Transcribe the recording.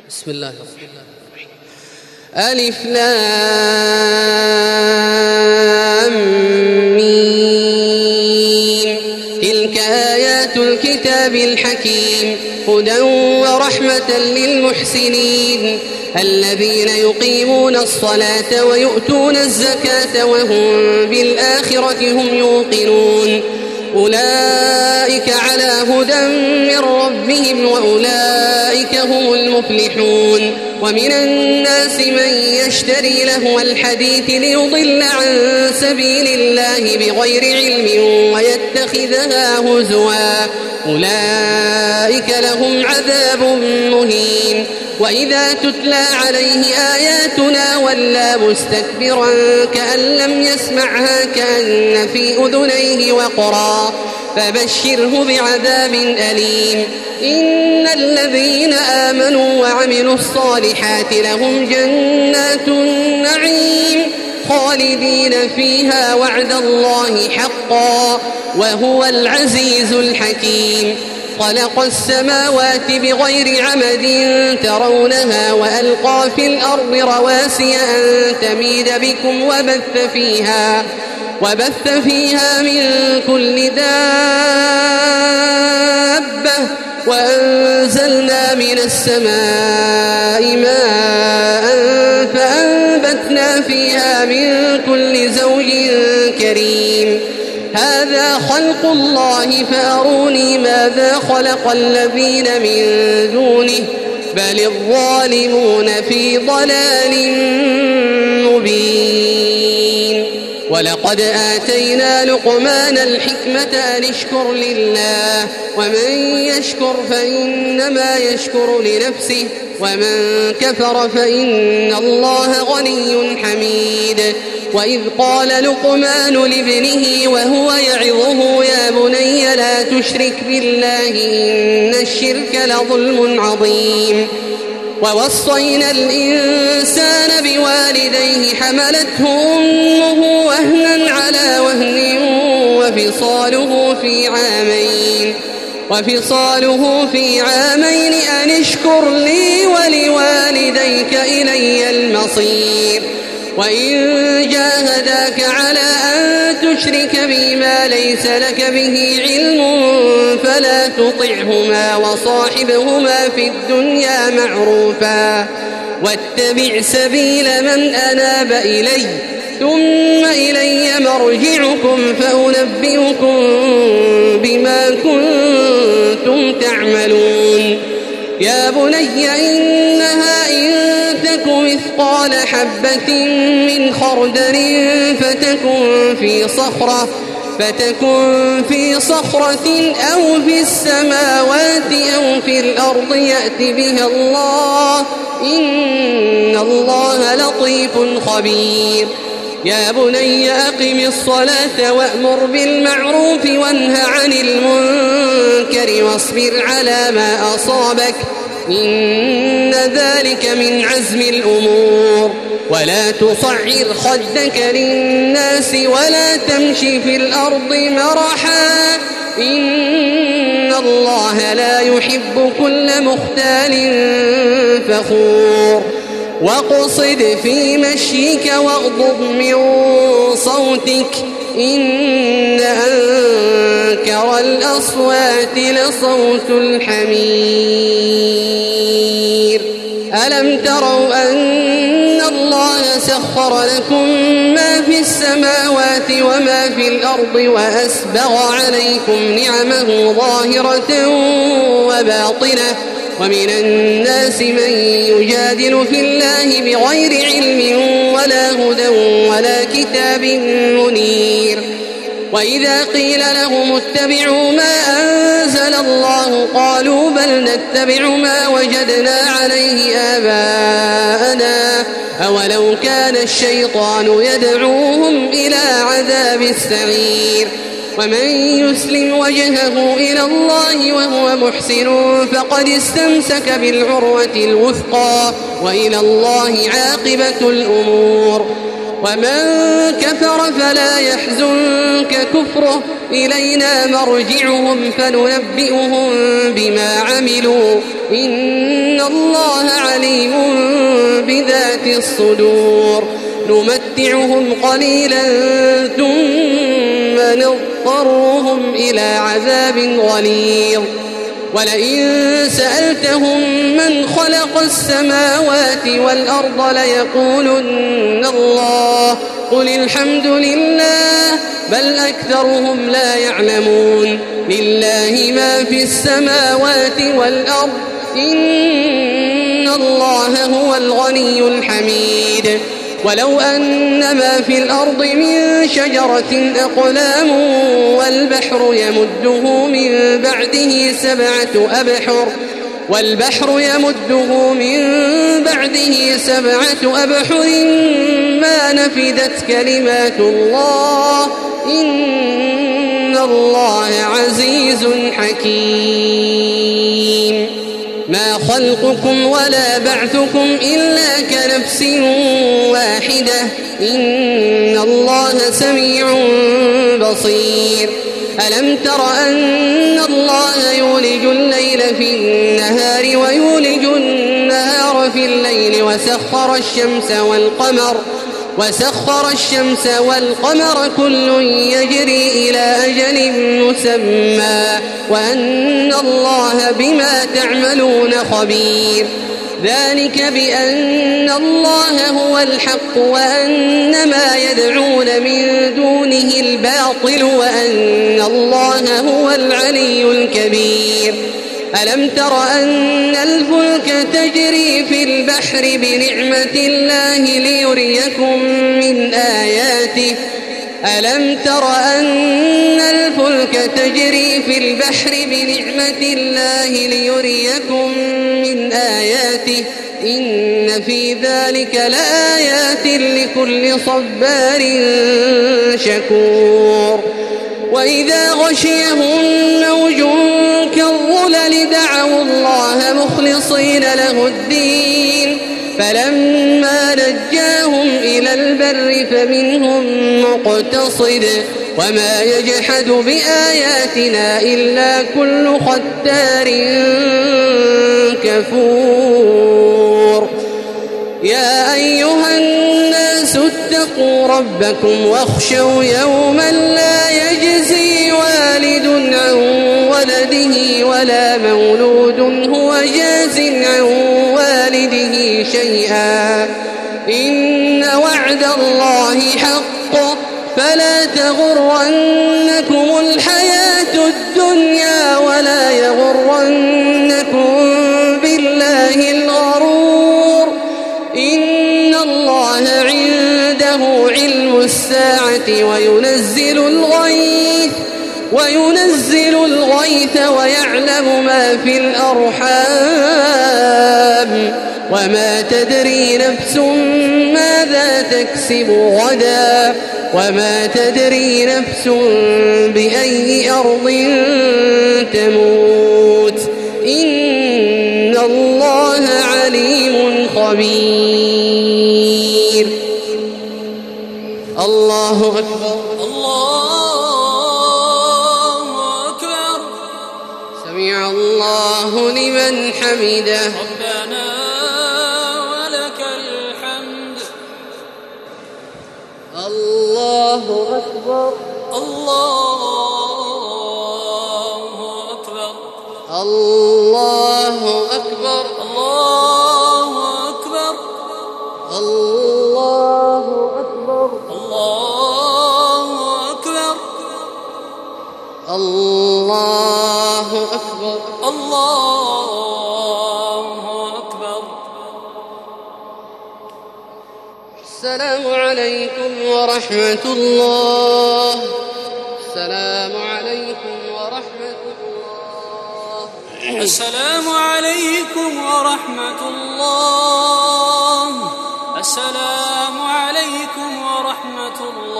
بسم الله الرحمن الرحيم. ألف لام ميم. تلك آيات الكتاب الحكيم هدى ورحمة للمحسنين الذين يقيمون الصلاة ويؤتون الزكاة وهم بالآخرة هم يوقنون أولئك على هدى من ربهم وأولئك هم المفلحون. ومن الناس من يشتري لهو الحديث ليضل عن سبيل الله بغير علم ويتخذها هزوا أولئك لهم عذاب مهين. وإذا تتلى عليه آياتنا ولى مستكبرا كأن لم يسمعها كأن في أذنيه وقرا فبشره بعذاب أليم. إن الذين آمنوا وعملوا الصالحات لهم جنات النعيم خالدين فيها وعد الله حقا وهو العزيز الحكيم. خلق السماوات بغير عمد ترونها وألقى في الأرض رواسي أن تميد بكم وبث فيها من كل دابة وأنزلنا من السماء ماء فأنبتنا فيها من كل زوج كريم. هذا خلق الله فأروني ماذا خلق الذين من دونه بل الظالمون في ضلال مبين. ولقد آتينا لقمان الحكمة أن اشكر لله ومن يشكر فإنما يشكر لنفسه ومن كفر فإن الله غني حميد. وإذ قال لقمان لابنه وهو يعظه يا بني لا تشرك بالله إن الشرك لظلم عظيم. ووصينا الإنسان بوالديه حملته أمه وهنا على وهن وفصاله في عامين أن اشكر لي ولوالديك إلي المصير. وإن جاهداك على أن تشرك بي ما ليس لك به علم فلا تطعهما وصاحبهما في الدنيا معروفا واتبع سبيل من أناب إلي ثم إلي مرجعكم فأنبئكم بما كنتم تعملون. يا بني إنها إن تك مثقال حبة من خردل فتكن في صخرة أو في السماوات أو في الأرض يأت بها الله إن الله لطيف خبير. يا بني أقم الصلاة وأمر بالمعروف وانه عن المنكر واصبر على ما أصابك إن ذلك من عزم الأمور. ولا تصعر خدك للناس ولا تمشي في الأرض مرحا إن الله لا يحب كل مختال فخور. واقصد في مشيك واغضض من صوتك إن أنكر الأصوات لصوت الحمير. ألم تروا أن الله سخر لكم ما في السماوات وما في الأرض وأسبغ عليكم نعمه ظاهرة وباطنة ومن الناس من يجادل في الله بغير علم ولا هدى ولا كتاب منير. وإذا قيل لهم اتبعوا ما أنزل الله قالوا بل نتبع ما وجدنا عليه آباءنا أولو كان الشيطان يدعوهم إلى عذاب السعير. ومن يسلم وجهه إلى الله وهو محسن فقد استمسك بالعروة الوثقى وإلى الله عاقبة الأمور. ومن كفر فلا يحزنك كفره إلينا مرجعهم فننبئهم بما عملوا إن الله عليم عليم بذات الصدور نمتعهم قليلا ثم نضطرهم إلى عذاب غليظ ولئن سألتهم من خلق السماوات والأرض ليقولن الله قل الحمد لله بل أكثرهم لا يعلمون لله ما في السماوات والأرض إن الله هو الغني الحميد ولو أن ما في الأرض من شجرة أقلام والبحر يمده من بعده سبعة أبحر ما نفدت كلمات الله إن الله عزيز حكيم ما خلقكم ولا بعثكم إلا كنفس واحدة إن الله سميع بصير ألم تر أن الله يولج الليل في النهار ويولج النهار في الليل وسخر الشمس والقمر كل يجري إلى أجل مسمى وأن الله بما تعملون خبير ذلك بأن الله هو الحق وأن ما يدعون من دونه الباطل وأن الله هو العلي الكبير ألم تر أن الفلك تجري في البحر بنعمة الله ليريكم من آياته إن في ذلك لآيات لكل صبار شكور وإذا غشيهم موج كالظلل دعوا الله مخلصين له الدين فلما نجاهم إلى البر فمنهم مقتصد وما يجحد بآياتنا إلا كل ختار كفور يا أيها الناس اتقوا ربكم واخشوا يوما لا يجزي والد عن ولده ولا مولود هو جاز عن والده شيئا إن وعد الله حق فلا تغرنكم الحياة الدنيا ولا يغرنكم بالله الغرور إن الله عنده علم الساعة وينزل الغيث ويعلم ما في الأرحام وما تدري نفس ماذا تكسب غدا وما تدري نفس بأي أرض تموت إن الله عليم خبير الله أكبر سمع الله لمن حمده ربنا ولك الحمد الله أكبر الله أكبر الله أكبر الله أكبر الله أكبر الله أكبر الله أكبر الله أكبر السلام عليكم ورحمة الله السلام عليكم ورحمة الله السلام عليكم ورحمة الله السلام عليكم ورحمة الله